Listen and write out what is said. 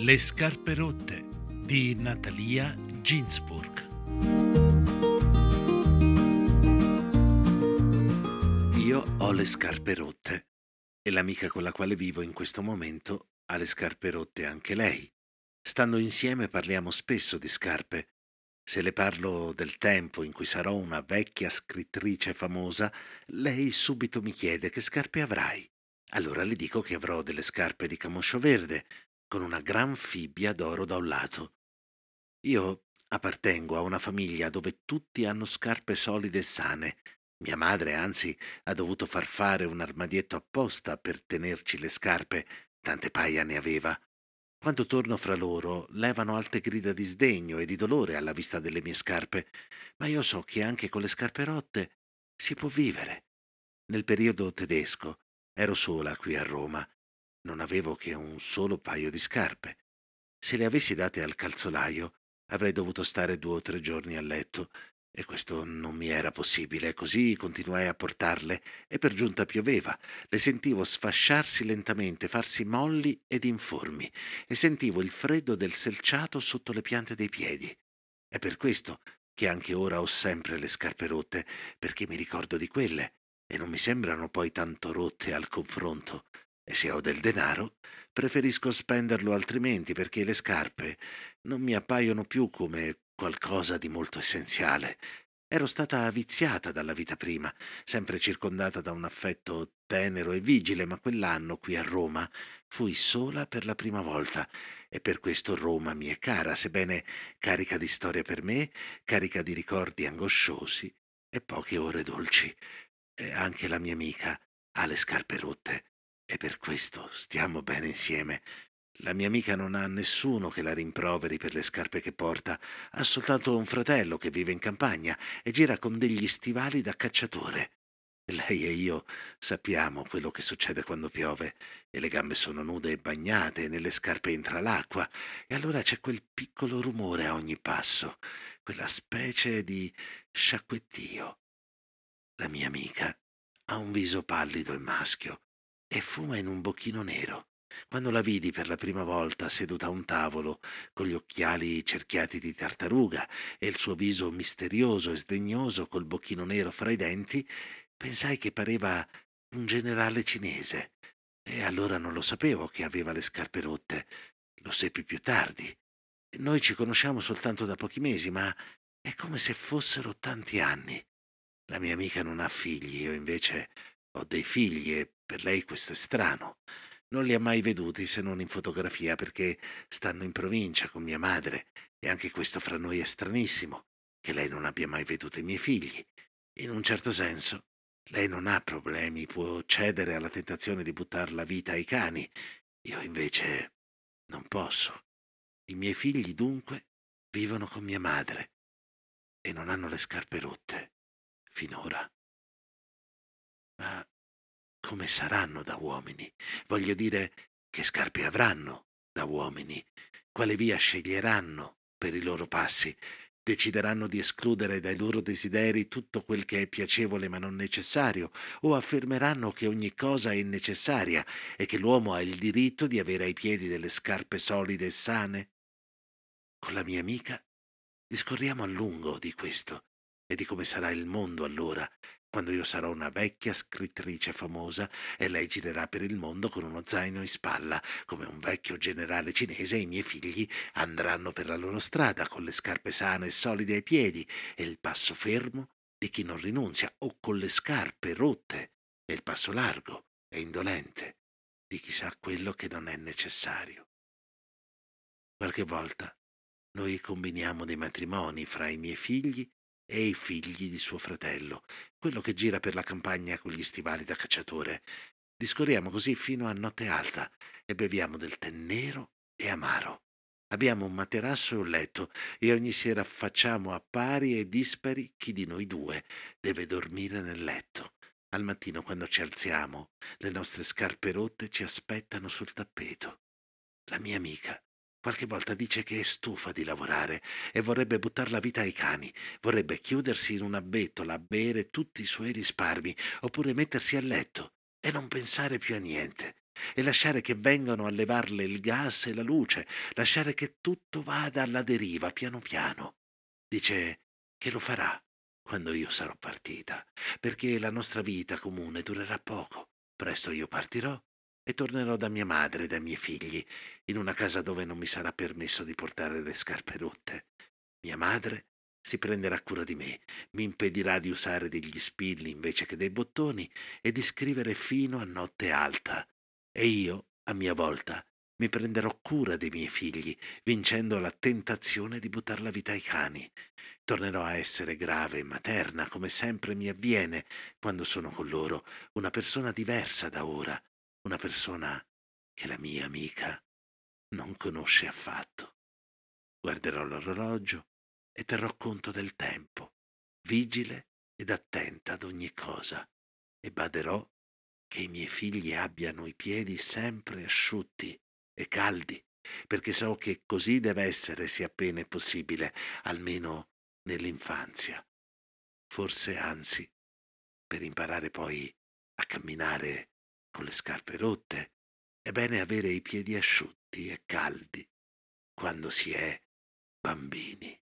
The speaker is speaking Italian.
Le scarpe rotte di Natalia Ginsburg. Io ho le scarpe rotte e l'amica con la quale vivo in questo momento ha le scarpe rotte anche lei. Stando insieme parliamo spesso di scarpe. Se le parlo del tempo in cui sarò una vecchia scrittrice famosa, lei subito mi chiede che scarpe avrai. Allora le dico che avrò delle scarpe di camoscio verde, con una gran fibbia d'oro da un lato. Io appartengo a una famiglia dove tutti hanno scarpe solide e sane. Mia madre, anzi, ha dovuto far fare un armadietto apposta per tenerci le scarpe, tante paia ne aveva. Quando torno fra loro, levano alte grida di sdegno e di dolore alla vista delle mie scarpe, ma io so che anche con le scarpe rotte si può vivere. Nel periodo tedesco ero sola qui a Roma, non avevo che un solo paio di scarpe. Se le avessi date al calzolaio, avrei dovuto stare 2 o 3 giorni a letto, e questo non mi era possibile, così continuai a portarle, e per giunta pioveva. Le sentivo sfasciarsi lentamente, farsi molli ed informi, e sentivo il freddo del selciato sotto le piante dei piedi. È per questo che anche ora ho sempre le scarpe rotte, perché mi ricordo di quelle, e non mi sembrano poi tanto rotte al confronto. E se ho del denaro, preferisco spenderlo altrimenti, perché le scarpe non mi appaiono più come qualcosa di molto essenziale. Ero stata viziata dalla vita prima, sempre circondata da un affetto tenero e vigile, ma quell'anno qui a Roma fui sola per la prima volta, e per questo Roma mi è cara, sebbene carica di storie per me, carica di ricordi angosciosi e poche ore dolci. E anche la mia amica ha le scarpe rotte, e per questo stiamo bene insieme. La mia amica non ha nessuno che la rimproveri per le scarpe che porta, ha soltanto un fratello che vive in campagna e gira con degli stivali da cacciatore. Lei e io sappiamo quello che succede quando piove, e le gambe sono nude e bagnate e nelle scarpe entra l'acqua, e allora c'è quel piccolo rumore a ogni passo, quella specie di sciacquettio. La mia amica ha un viso pallido e maschio e fuma in un bocchino nero. Quando la vidi per la prima volta seduta a un tavolo, con gli occhiali cerchiati di tartaruga e il suo viso misterioso e sdegnoso col bocchino nero fra i denti, pensai che pareva un generale cinese. E allora non lo sapevo che aveva le scarpe rotte. Lo seppi più tardi. Noi ci conosciamo soltanto da pochi mesi, ma è come se fossero tanti anni. La mia amica non ha figli, io invece ho dei figli, e per lei questo è strano. Non li ha mai veduti se non in fotografia, perché stanno in provincia con mia madre, e anche questo fra noi è stranissimo, che lei non abbia mai veduto i miei figli. In un certo senso, lei non ha problemi, può cedere alla tentazione di buttar la vita ai cani. Io invece non posso. I miei figli dunque vivono con mia madre e non hanno le scarpe rotte, finora. Ma come saranno da uomini? Voglio dire, che scarpe avranno da uomini? Quale via sceglieranno per i loro passi? Decideranno di escludere dai loro desideri tutto quel che è piacevole ma non necessario, o affermeranno che ogni cosa è necessaria e che l'uomo ha il diritto di avere ai piedi delle scarpe solide e sane? Con la mia amica discorriamo a lungo di questo e di come sarà il mondo allora, quando io sarò una vecchia scrittrice famosa e lei girerà per il mondo con uno zaino in spalla, come un vecchio generale cinese, e i miei figli andranno per la loro strada con le scarpe sane e solide ai piedi e il passo fermo di chi non rinunzia, o con le scarpe rotte e il passo largo e indolente di chi sa quello che non è necessario. Qualche volta noi combiniamo dei matrimoni fra i miei figli e i figli di suo fratello, quello che gira per la campagna con gli stivali da cacciatore. Discorriamo così fino a notte alta e beviamo del tè nero e amaro. Abbiamo un materasso e un letto, e ogni sera facciamo a pari e dispari chi di noi due deve dormire nel letto. Al mattino, quando ci alziamo, le nostre scarpe rotte ci aspettano sul tappeto. La mia amica qualche volta dice che è stufa di lavorare e vorrebbe buttar la vita ai cani, vorrebbe chiudersi in una bettola a bere tutti i suoi risparmi, oppure mettersi a letto e non pensare più a niente. e lasciare che vengano a levarle il gas e la luce, lasciare che tutto vada alla deriva piano piano. Dice che lo farà quando io sarò partita, perché la nostra vita comune durerà poco. Presto io partirò e tornerò da mia madre e dai miei figli, in una casa dove non mi sarà permesso di portare le scarpe rotte. Mia madre si prenderà cura di me, mi impedirà di usare degli spilli invece che dei bottoni e di scrivere fino a notte alta. E io, a mia volta, mi prenderò cura dei miei figli, vincendo la tentazione di buttar la vita ai cani. Tornerò a essere grave e materna, come sempre mi avviene quando sono con loro, una persona diversa da ora, una persona che la mia amica non conosce affatto. Guarderò l'orologio e terrò conto del tempo, vigile ed attenta ad ogni cosa, e baderò che i miei figli abbiano i piedi sempre asciutti e caldi, perché so che così deve essere sia appena è possibile, almeno nell'infanzia. Forse anzi, per imparare poi a camminare con le scarpe rotte, è bene avere i piedi asciutti e caldi quando si è bambini.